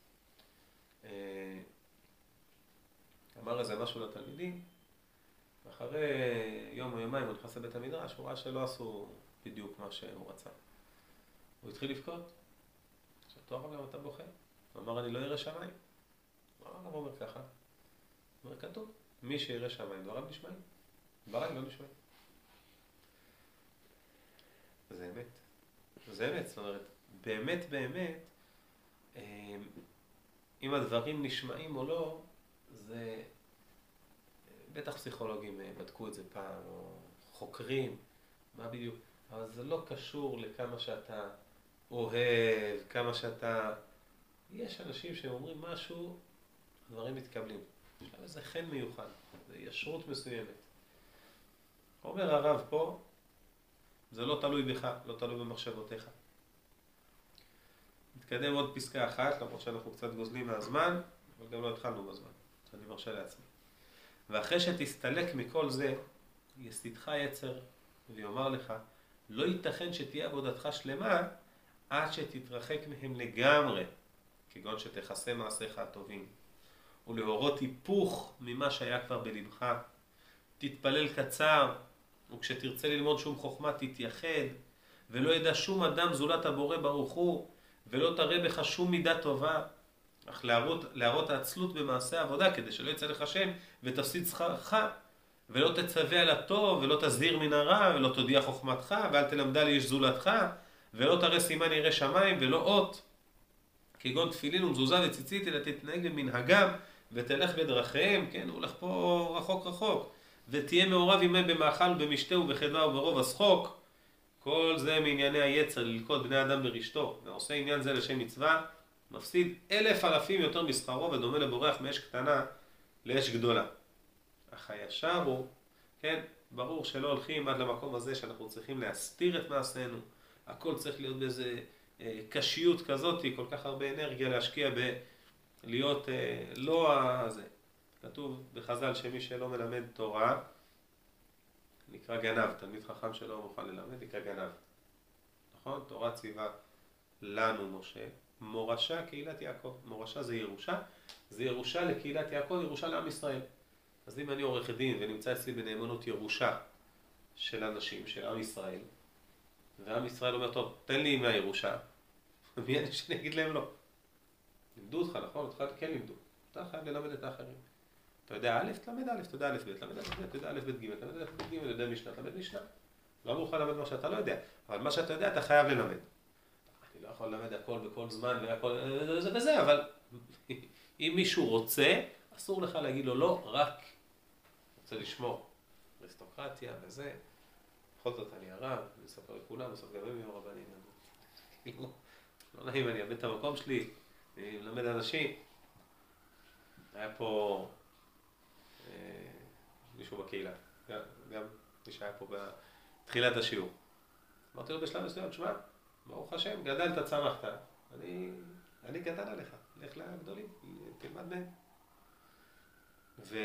אמר איזה משהו לתלמידים, ואחרי יום או יומיים הוא נכנס לבית המדרש, הוא ראה שלא עשו בדיוק מה שהוא רצה. הוא התחיל לבכות. עכשיו, תואר גם אתה בוכה. הוא אמר, אני לא אראה שמיים. הוא אמר, הוא אומר ככה. הוא אומר, כתוב, מי שיראה שמיים, דבריו נשמעים. דבריו לא נשמעים. זה אמת. זה אמת, זאת אומרת, באמת באמת, אם הדברים נשמעים או לא, זה... בטח פסיכולוגים בדקו את זה פעם, או חוקרים, מה בדיוק, אבל זה לא קשור לכמה שאתה אוהב, כמה שאתה... יש אנשים שאומרים משהו, הדברים מתקבלים. יש להם איזה חן מיוחד, זה ישרות מסוימת. אומר הרב פה, זה לא תלוי בך, לא תלוי במחשבותיך. נתקדם עוד פסקה אחת, למרות שאנחנו קצת גוזלים מהזמן, אבל גם לא התחלנו בזמן, אני מרשה לעצמי. ואחרי שתסתלק מכל זה, יסתיתך יצר ויאמר לך, לא ייתכן שתהיה עבודתך שלמה עד שתתרחק מהם לגמרי, כגון שתכסה מעשיך הטובים, ולהורות היפוך ממה שהיה כבר בלבך. תתפלל קצר, וכשתרצה ללמוד שום חוכמה תתייחד, ולא ידע שום אדם זולת הבורא ברוך הוא, ולא תראה בך שום מידה טובה, אך להראות, להראות העצלות במעשה העבודה, כדי שלא יצא לך שם ותפסיד שכרך, ולא תצווה על הטוב, ולא תזהיר מן הרע, ולא תודיע חוכמתך, ואל תלמדה לאיש זולתך, ולא תראה סימן ירא שמיים, ולא אות, כגון תפילין ומזוזה וציצית, אלא תתנהג במנהגם, ותלך בדרכיהם, כן, הוא הולך פה רחוק רחוק, ותהיה מעורב עמהם במאכל ובמשתה ובחדווה וברוב השחוק. כל זה מענייני היצר, ללכוד בני אדם ברשתו, ועושה עניין זה לשם מצווה, מפסיד אלף אלפים יותר משכרו, ודומה לבורח מאש קטנה לאש גדולה. אך הישר הוא, כן, ברור שלא הולכים עד למקום הזה שאנחנו צריכים להסתיר את מעשינו, הכל צריך להיות באיזה אה, קשיות כזאת, כל כך הרבה אנרגיה להשקיע בלהיות אה, לא הזה. כתוב בחז"ל שמי שלא מלמד תורה נקרא גנב, תלמיד חכם שלא מוכן ללמד נקרא גנב. נכון? תורה ציווה לנו משה, מורשה קהילת יעקב. מורשה זה ירושה, זה ירושה לקהילת יעקב, ירושה לעם ישראל. אז אם אני עורך דין ונמצא אצלי בנאמנות ירושה של אנשים, של עם ישראל, ועם ישראל אומר, טוב, תן לי מהירושה, מי אני שאני אגיד להם לא? לימדו אותך, נכון? אותך כן לימדו. אתה חייב ללמד את האחרים. אתה יודע א', תלמד א', אתה יודע א', ב', תלמד א', ב', אתה יודע א', ב', ג', תלמד א', ב', ג', אתה יודע משנה, תלמד משנה. לא אמור לך ללמד מה שאתה לא יודע, אבל מה שאתה יודע אתה חייב ללמד. אני לא יכול ללמד הכל בכל זמן והכל זה וזה, אבל אם מישהו רוצה, אסור לך להגיד לו לא, רק רוצה לשמור. אריסטוקרטיה וזה. בכל זאת אני הרב, אני אספר לכולם, בסוף גם הם יהיו רבנים. לא נעים, אני אאבד את המקום שלי, אני מלמד אנשים. היה פה מישהו בקהילה, גם, גם מי שהיה פה בתחילת השיעור. אמרתי לו בשלב מסוים, שמע, ברוך השם, גדלת, צמחת, אני, אני גדל עליך, לך לגדולים, תלמד מהם. ו...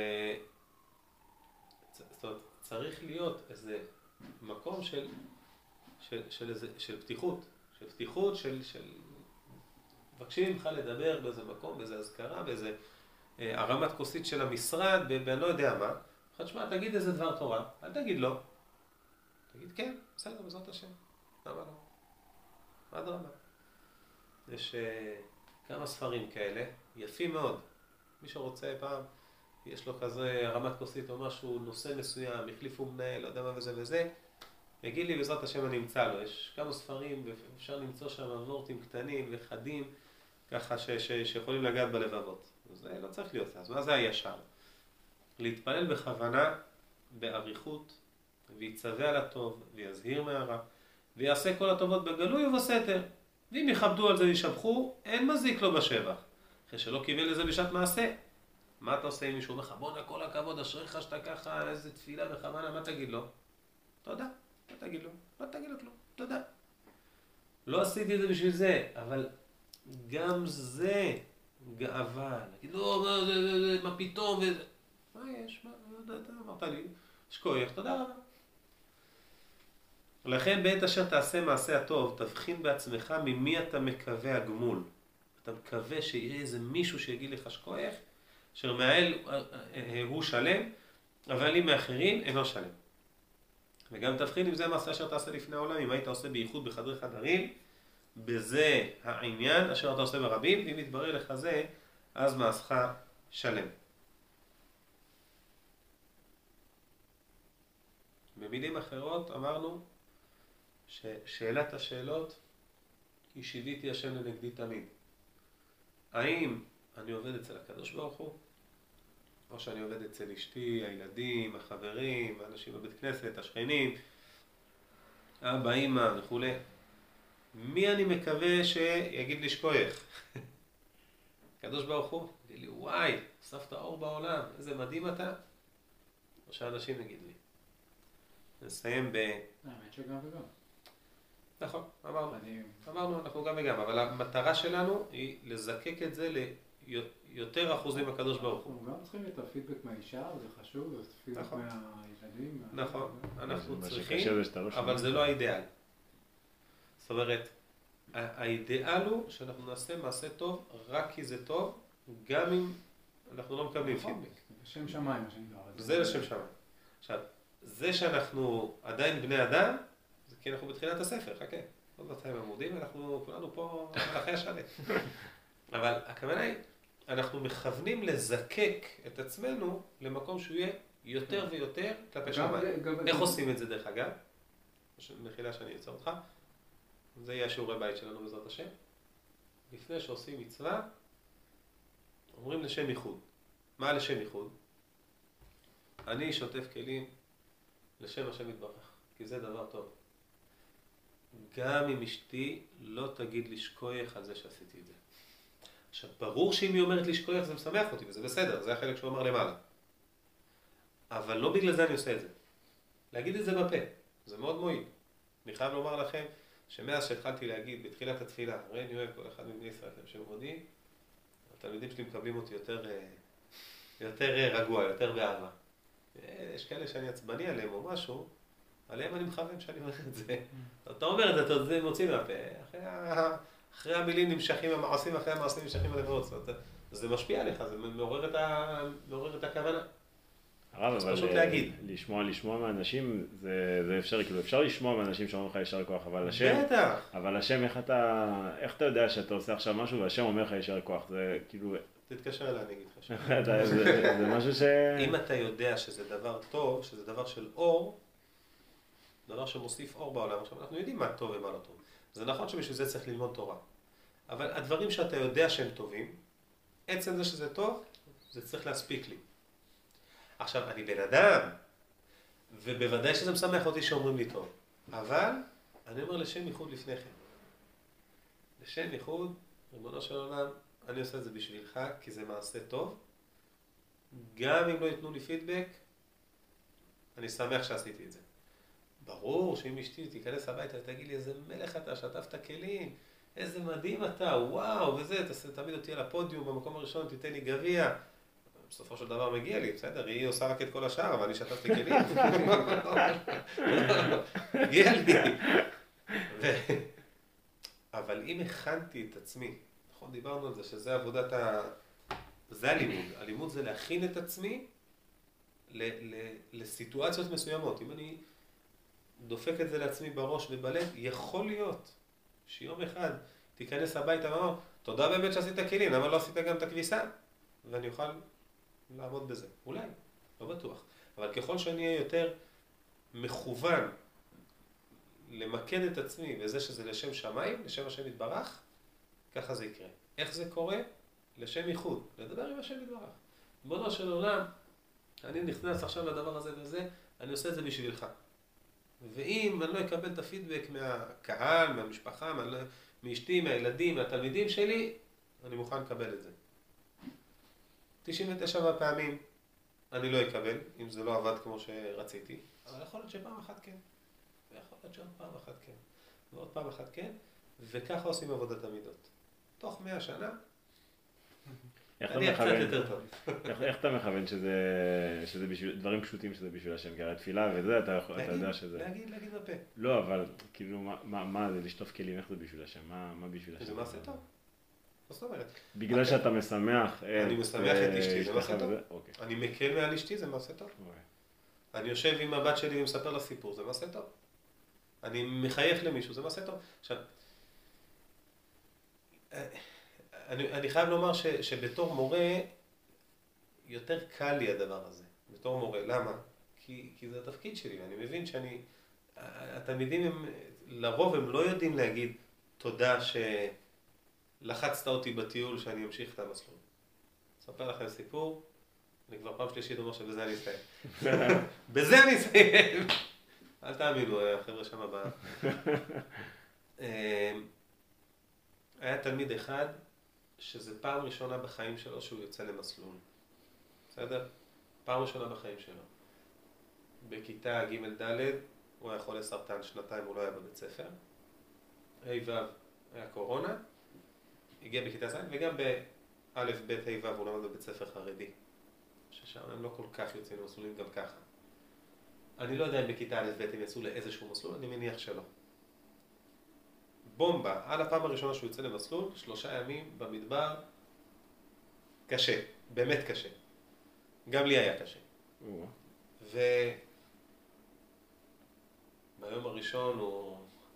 זאת אומרת, צריך להיות איזה מקום של, של, של, איזה, של פתיחות, של פתיחות, של, של... מבקשים ממך לדבר באיזה מקום, באיזה הזכרה, באיזה הרמת כוסית של המשרד, ואני לא יודע מה. אחת שמע, תגיד איזה דבר תורה, אל תגיד לא. תגיד כן, בסדר, בעזרת השם. למה לא? מה דרמה? יש uh, כמה ספרים כאלה, יפים מאוד. מי שרוצה פעם, יש לו כזה הרמת כוסית או משהו, נושא מסוים, החליפו מנהל, לא יודע מה וזה וזה, יגיד לי בעזרת השם אני אמצא לו. יש כמה ספרים, ואפשר למצוא שם וורטים קטנים וחדים, ככה ש- ש- שיכולים לגעת בלבבות. זה לא צריך להיות. אז מה זה הישר? להתפלל בכוונה, באריכות, ויצווה על הטוב, ויזהיר מהרע, ויעשה כל הטובות בגלוי ובסתר. ואם יכבדו על זה וישבחו, אין מזיק לו בשבח. אחרי שלא קיבל לזה בשעת מעשה. מה אתה עושה עם מישהו? אומר לך, בוא נקול הכבוד, אשריך שאתה ככה, איזה תפילה בכוונה, מה תגיד לו? תודה. מה תגיד לו? לא תגיד לו כלום. תודה. לא עשיתי את זה בשביל זה, אבל גם זה גאווה. להגיד, לא, מה, זה, זה, זה, מה פתאום, וזה... מה יש? מה, אתה, אתה אמרת לי, שכוייך, תודה רבה. ולכן בעת אשר תעשה מעשה הטוב, תבחין בעצמך ממי אתה מקווה הגמול. אתה מקווה שיהיה איזה מישהו שיגיד לך שכוייך, אשר מהאל הוא שלם, אבל אם מאחרים אינו שלם. וגם תבחין אם זה המעשה אשר תעשה לפני העולם, אם היית עושה בייחוד בחדרי חדרים, בזה העניין אשר אתה עושה ברבים, ואם יתברר לך זה, אז מעשך שלם. במילים אחרות אמרנו ששאלת השאלות היא שיוויתי השם לנגדי תמיד. האם אני עובד אצל הקדוש ברוך הוא? או שאני עובד אצל אשתי, הילדים, החברים, האנשים בבית כנסת, השכנים, אבא, אמא וכו'. מי אני מקווה שיגיד לי שכוייך? הקדוש ברוך הוא? יגיד לי, וואי, הוספת אור בעולם, איזה מדהים אתה. או שאנשים יגיד לי. נסיים ב... האמת שגם וגם. נכון, אמרנו. אני... אמרנו, אנחנו גם וגם, אבל המטרה שלנו היא לזקק את זה ליותר אחוזים הקדוש ברוך הוא. אנחנו גם צריכים את הפידבק מהאישה, זה חשוב, את הפידבק נכון. מהילדים. נכון, אנחנו מה צריכים, שקשה זה שאתה לא אבל שומע. זה לא האידאל. זאת אומרת, ה- האידאל הוא שאנחנו נעשה מעשה טוב רק כי זה טוב, גם אם אנחנו לא מקבלים נכון. פידבק. לשם שמיים, מה שנקרא. זה לשם שמיים. עכשיו, זה שאנחנו עדיין בני אדם, זה כי אנחנו בתחילת הספר, חכה. עוד מאתיים עמודים, אנחנו כולנו פה מלאכי השלט. אבל הכוונה היא, אנחנו מכוונים לזקק את עצמנו למקום שהוא יהיה יותר ויותר כלפי שמיים. איך עושים את זה דרך אגב? מחילה שאני אעצור אותך. זה יהיה השיעורי בית שלנו בעזרת השם. לפני שעושים מצווה, אומרים לשם ייחוד. מה לשם ייחוד? אני שוטף כלים לשם השם יתברך, כי זה דבר טוב. גם אם אשתי לא תגיד לי שכוייך על זה שעשיתי את זה. עכשיו, ברור שאם היא אומרת לי שכוייך זה משמח אותי, וזה בסדר, זה החלק שהוא אמר למעלה. אבל לא בגלל זה אני עושה את זה. להגיד את זה בפה, זה מאוד מועיל. אני חייב לומר לכם, שמאז שהתחלתי להגיד בתחילת התפילה, הרי אני אוהב כל אחד מבני ישראל, שם מודיעין, התלמידים שלי מקבלים אותי יותר, יותר רגוע, יותר באהבה. יש כאלה שאני עצבני עליהם או משהו, עליהם אני מכוון שאני אומר את זה. אתה אומר את זה, זה מוציא מהפה, אחרי, אחרי המילים נמשכים המעשים, אחרי המעשים נמשכים הלבבות. זה משפיע עליך, זה מעורר את, ה, מעורר את הכוונה. הרב, אז אבל פשוט להגיד. לשמוע, לשמוע מאנשים, זה, זה אפשרי, כאילו אפשר לשמוע מאנשים שאומרים לך ישר כוח, אבל השם, בטח. אבל השם, איך אתה, איך אתה יודע שאתה עושה עכשיו משהו והשם אומר לך ישר כוח, זה כאילו, תתקשר אליי, אני אגיד לך שם. זה, זה, זה משהו ש... אם אתה יודע שזה דבר טוב, שזה דבר של אור, דבר שמוסיף אור בעולם, עכשיו אנחנו יודעים מה טוב ומה לא טוב. זה נכון שבשביל זה צריך ללמוד תורה. אבל הדברים שאתה יודע שהם טובים, עצם זה שזה טוב, זה צריך להספיק לי. עכשיו, אני בן אדם, ובוודאי שזה משמח אותי שאומרים לי טוב. אבל, אני אומר לשם ייחוד לפני כן. לשם ייחוד, ריבונו של עולם, אני עושה את זה בשבילך, כי זה מעשה טוב. גם אם לא ייתנו לי פידבק, אני שמח שעשיתי את זה. ברור שאם אשתי תיכנס הביתה ותגיד לי איזה מלך אתה, שטפת כלים, איזה מדהים אתה, וואו, וזה, תמיד אותי על הפודיום, במקום הראשון תיתן לי גביע. בסופו של דבר מגיע לי, בסדר, היא עושה רק את כל השאר, אבל אני שטפתי כלים. מגיע לי. אבל אם הכנתי את עצמי, נכון, דיברנו על זה, שזה עבודת ה... זה הלימוד. הלימוד זה להכין את עצמי ל- ל- לסיטואציות מסוימות. אם אני דופק את זה לעצמי בראש ובלב, יכול להיות שיום אחד תיכנס הביתה ואומר, תודה באמת שעשית כלים, למה לא עשית גם את הכביסה? ואני אוכל לעבוד בזה. אולי, לא בטוח. אבל ככל שאני אהיה יותר מכוון למקד את עצמי בזה שזה לשם שמיים, לשם השם יתברך, ככה זה יקרה. איך זה קורה? לשם ייחוד, לדבר עם השם יתברך. ריבונו של עולם, אני נכנס עכשיו לדבר הזה וזה, אני עושה את זה בשבילך. ואם אני לא אקבל את הפידבק מהקהל, מהמשפחה, מה... מאשתי, מהילדים, מהתלמידים שלי, אני מוכן לקבל את זה. תשעים ותשע פעמים אני לא אקבל, אם זה לא עבד כמו שרציתי, אבל יכול להיות שפעם אחת כן, ויכול להיות שעוד פעם אחת כן, ועוד פעם אחת כן, וככה עושים עבודת המידות. תוך מאה שנה, איך אתה אני אהיה קצת מכוון- יותר טוב. איך- איך אתה מכוון שזה שזה בשביל דברים פשוטים שזה בשביל השם, כי הרי תפילה וזה, אתה יכול- אתה יודע שזה... להגיד, להגיד בפה. לא, אבל כאילו, מה- מה מה זה לשטוף כלים, איך זה בשביל השם? מה מה בשביל השם? זה מעשה טוב. מה זאת אומרת? בגלל שאתה משמח... אני משמח את אשתי, זה מעשה טוב. אוקיי. אני מקל מעל אשתי, זה מעשה טוב. אוקיי. אני יושב עם הבת שלי ומספר לה סיפור, זה מעשה טוב. אני מחייך למישהו, זה מעשה טוב. עכשיו, אני, אני חייב לומר ש, שבתור מורה, יותר קל לי הדבר הזה. בתור מורה, למה? כי, כי זה התפקיד שלי, ואני מבין שאני... התלמידים הם, לרוב הם לא יודעים להגיד תודה שלחצת אותי בטיול שאני אמשיך את המסלול. אספר לכם סיפור, אני כבר פעם שלישית אומר שבזה אני אסיים. בזה אני אסיים! אל תאמינו, החבר'ה שם הבאה. היה תלמיד אחד שזה פעם ראשונה בחיים שלו שהוא יוצא למסלול. בסדר? פעם ראשונה בחיים שלו. בכיתה ג' ד' הוא היה חולה סרטן שנתיים, הוא לא היה בבית ספר. ה' ו' היה קורונה. הגיע בכיתה ז' וגם בא' ב' ה' ו' הוא למד בבית ספר חרדי. ששם הם לא כל כך יוצאים למסלולים גם ככה. אני לא יודע אם בכיתה א' ב' הם יצאו לאיזשהו מסלול, אני מניח שלא. בומבה, על הפעם הראשונה שהוא יוצא למסלול, שלושה ימים במדבר, קשה, באמת קשה. גם לי היה קשה. וביום הראשון הוא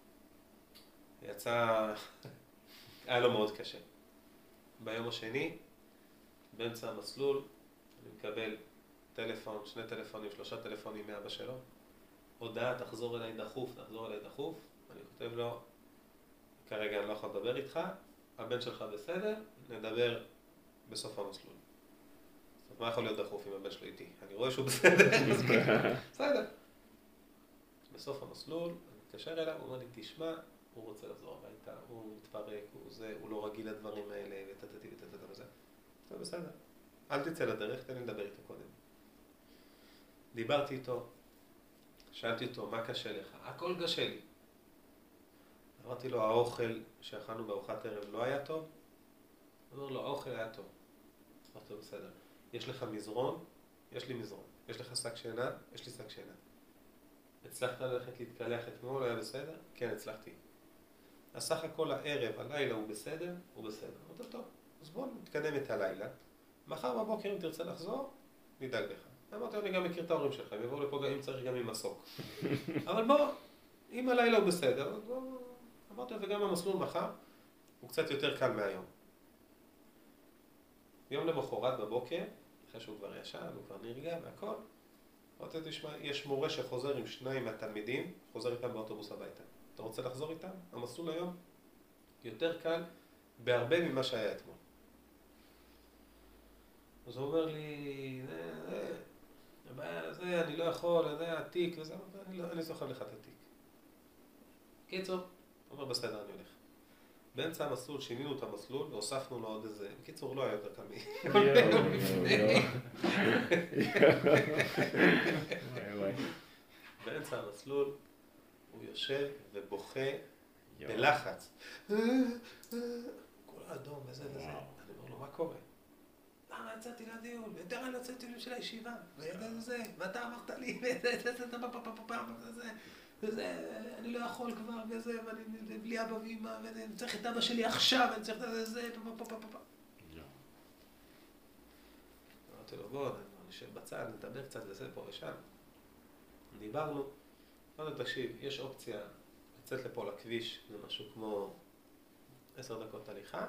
יצא, היה לו מאוד קשה. ביום השני, באמצע המסלול, אני מקבל טלפון, שני טלפונים, שלושה טלפונים מאבא שלו, הודעה, תחזור אליי דחוף, תחזור אליי דחוף, אני כותב לו, כרגע אני לא יכול לדבר איתך, הבן שלך בסדר, נדבר בסוף המסלול. זאת מה יכול להיות דחוף אם הבן שלו איתי? אני רואה שהוא בסדר, בסדר. בסוף המסלול, אני מתקשר אליו, הוא אומר לי, תשמע, הוא רוצה לחזור הביתה, הוא מתפרק, הוא זה, הוא לא רגיל לדברים האלה, ותתתי ותתתי וזה. זה בסדר. אל תצא לדרך, תן לי לדבר איתו קודם. דיברתי איתו, שאלתי אותו, מה קשה לך? הכל קשה לי. אמרתי לו, האוכל שאכלנו בארוחת ערב לא היה טוב? הוא אומר לו, האוכל היה טוב. אמרתי לו, בסדר. יש לך מזרון? יש לי מזרון. יש לך שק שינה? יש לי שק שינה. הצלחת ללכת להתקלח אתמול? היה בסדר? כן, הצלחתי. אז סך הכל הערב, הלילה הוא בסדר? הוא בסדר. אמרתי לו, טוב, אז בואו נתקדם את הלילה. מחר בבוקר אם תרצה לחזור, נדאג לך. אמרתי לו, אני גם מכיר את ההורים שלך, הם יבואו לפה אם צריך גם עם מסוק. אבל בוא, אם הלילה הוא בסדר, אז בוא... אמרתי לו, וגם המסלול מחר הוא קצת יותר קל מהיום. יום למחרת בבוקר, אחרי שהוא כבר ישן, הוא כבר נרגע והכל, אמרתי לו, תשמע, יש מורה שחוזר עם שניים מהתלמידים, חוזר איתם באוטובוס הביתה. אתה רוצה לחזור איתם? המסלול היום יותר קל בהרבה ממה שהיה אתמול. אז הוא אומר לי, זה, זה, זה, אני לא יכול, זה התיק וזה, אני, לא, אני זוכר לך את התיק. קיצור, הוא אומר, בסדר, אני הולך. באמצע המסלול שינינו את המסלול והוספנו לו עוד איזה... בקיצור, לא היה יותר קל מי. באמצע המסלול הוא יושב ובוכה בלחץ. כל האדום וזה וזה. אני אומר לו, מה קורה? למה יצאתי לדיון? יותר אני יצאתי של הישיבה. וזה, ואתה אמרת לי, וזה, אני לא יכול כבר, וזה, ואני בלי אבא ואמא, ואני צריך את אבא שלי עכשיו, אני צריך את זה, פה, פה, פה, פה, פה. אמרתי לו, בוא, נשב בצד, נדבר קצת וזה, פה ושם. דיברנו, אמרתי, תקשיב, יש אופציה לצאת לפה לכביש, זה משהו כמו עשר דקות הליכה,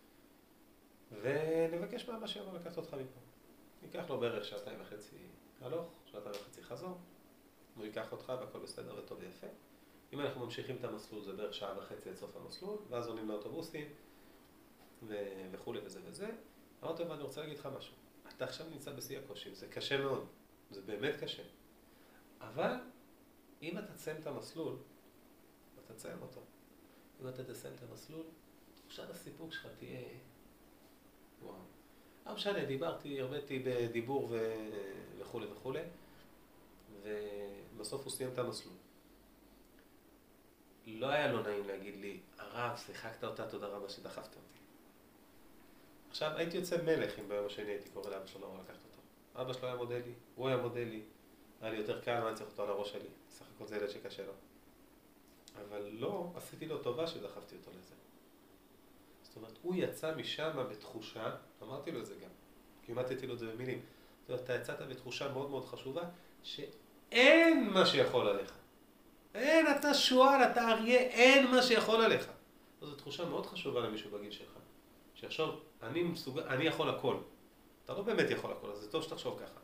ונבקש מאבא שיבוא לקחת אותך מפה. ניקח לו בערך שעתיים וחצי הלוך, שעתיים וחצי חזור. הוא ייקח אותך והכל בסדר וטוב ויפה. אם אנחנו ממשיכים את המסלול, זה בערך שעה וחצי עד סוף המסלול, ואז עולים לאוטובוסים ו... וכולי וזה וזה. אמרתי, ואני רוצה להגיד לך משהו. אתה עכשיו נמצא בשיא הקושי, זה קשה מאוד, זה באמת קשה. אבל אם אתה תסיים את המסלול, אתה תסיים אותו. אם אתה תסיים את המסלול, תחושת הסיפוק שלך תהיה... וואו. לא משנה, דיברתי, הרבאתי בדיבור ו... וכולי וכולי. ובסוף הוא סיים את המסלול. לא היה לו נעים להגיד לי, הרב, שיחקת אותה, תודה רבה שדחפת אותי. עכשיו, הייתי יוצא מלך אם ביום השני הייתי קורא לאבא שלו לא לקחת אותו. אבא שלו היה מודה לי, הוא היה מודה לי, היה לי יותר קל, מה אני צריך אותו על הראש שלי. סך הכל זה ילד שקשה לו. אבל לא עשיתי לו טובה שדחפתי אותו לזה. זאת אומרת, הוא יצא משם בתחושה, אמרתי לו את זה גם, כימדתי לו את זה במילים. זאת אומרת, אתה יצאת בתחושה מאוד מאוד חשובה, שאין מה שיכול עליך. אין, אתה שואל, אתה אריה, אין מה שיכול עליך. זו תחושה מאוד חשובה למישהו בגיל שלך. שיחשוב, אני מסוגל, אני יכול הכל. אתה לא באמת יכול הכל, אז זה טוב שתחשוב ככה.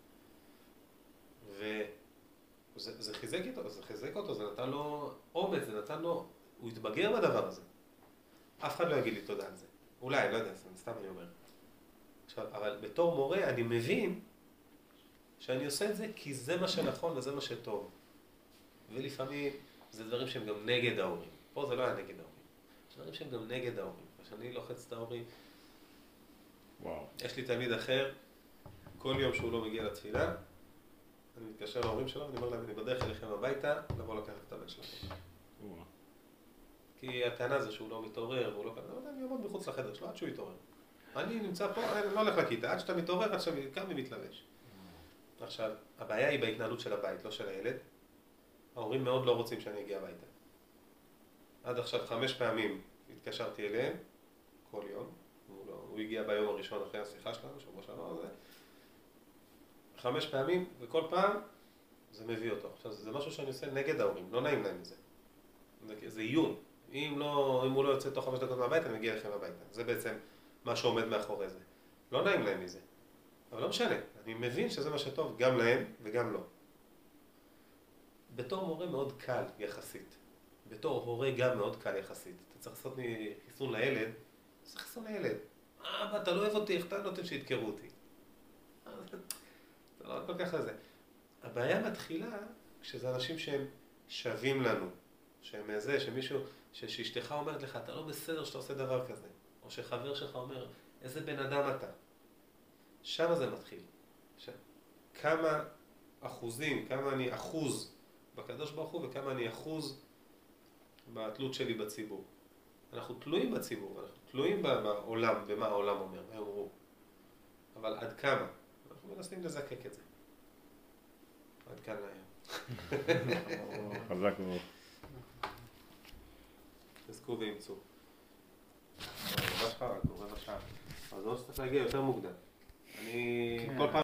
וזה זה חיזק אותו, זה חיזק אותו, זה נתן לו אומץ, זה נתן לו, הוא התבגר בדבר הזה. אף אחד לא יגיד לי תודה על זה. אולי, לא יודע, זה סתם אני אומר. עכשיו, אבל בתור מורה אני מבין שאני עושה את זה כי זה מה שנכון וזה מה שטוב. ולפעמים זה דברים שהם גם נגד ההורים. פה זה לא היה נגד ההורים. יש דברים שהם גם נגד ההורים. כשאני לוחץ את ההורים, וואו. יש לי תלמיד אחר, כל יום שהוא לא מגיע לתפילה, אני מתקשר להורים שלו, אני אומר להם, אני בדרך אליכם הביתה, לבוא לקחת את הבן שלכם. וואו. כי הטענה זה שהוא לא מתעורר, והוא לא כזה, אני אעמוד מחוץ לחדר שלו עד שהוא יתעורר. אני נמצא פה, אני לא הולך לכיתה, עד שאתה מתעורר, עד שאתה קם ומתלבש. עכשיו, הבעיה היא בהתנהלות של הבית, לא של הילד. ההורים מאוד לא רוצים שאני אגיע הביתה. עד עכשיו חמש פעמים התקשרתי אליהם, כל יום. הוא, לא, הוא הגיע ביום הראשון אחרי השיחה שלנו, שבוע שלנו, זה. חמש פעמים, וכל פעם זה מביא אותו. עכשיו, זה משהו שאני עושה נגד ההורים, לא נעים להם מזה. זה, זה עיון. אם, לא, אם הוא לא יוצא תוך חמש דקות מהבית, אני מגיע לכם הביתה. זה בעצם מה שעומד מאחורי זה. לא נעים להם מזה. אבל לא משנה, אני מבין שזה מה שטוב גם להם וגם לא. בתור מורה מאוד קל יחסית. בתור הורה גם מאוד קל יחסית. אתה צריך לעשות לי חיסון לילד, זה חיסון לילד. אבא, אתה לא אוהב אותי, איך אתה נותן שיתקרו אותי? זה לא כל כך לזה. הבעיה מתחילה כשזה אנשים שהם שווים לנו. שהם זה, שמישהו, שאשתך אומרת לך, אתה לא בסדר שאתה עושה דבר כזה. או שחבר שלך אומר, איזה בן אדם אתה. שם זה מתחיל. ש... כמה אחוזים, כמה אני אחוז בקדוש ברוך הוא וכמה אני אחוז בתלות שלי בציבור. אנחנו תלויים בציבור, אנחנו תלויים בעולם, במה העולם אומר, מה אמרו. אבל עד כמה? אנחנו מנסים לזקק את זה. עד כאן להיום. חזק מאוד. תזכו ואימצו. ממש חרק, רבע שעה. אז לא צריך להגיע יותר מוקדם. אני כל פעם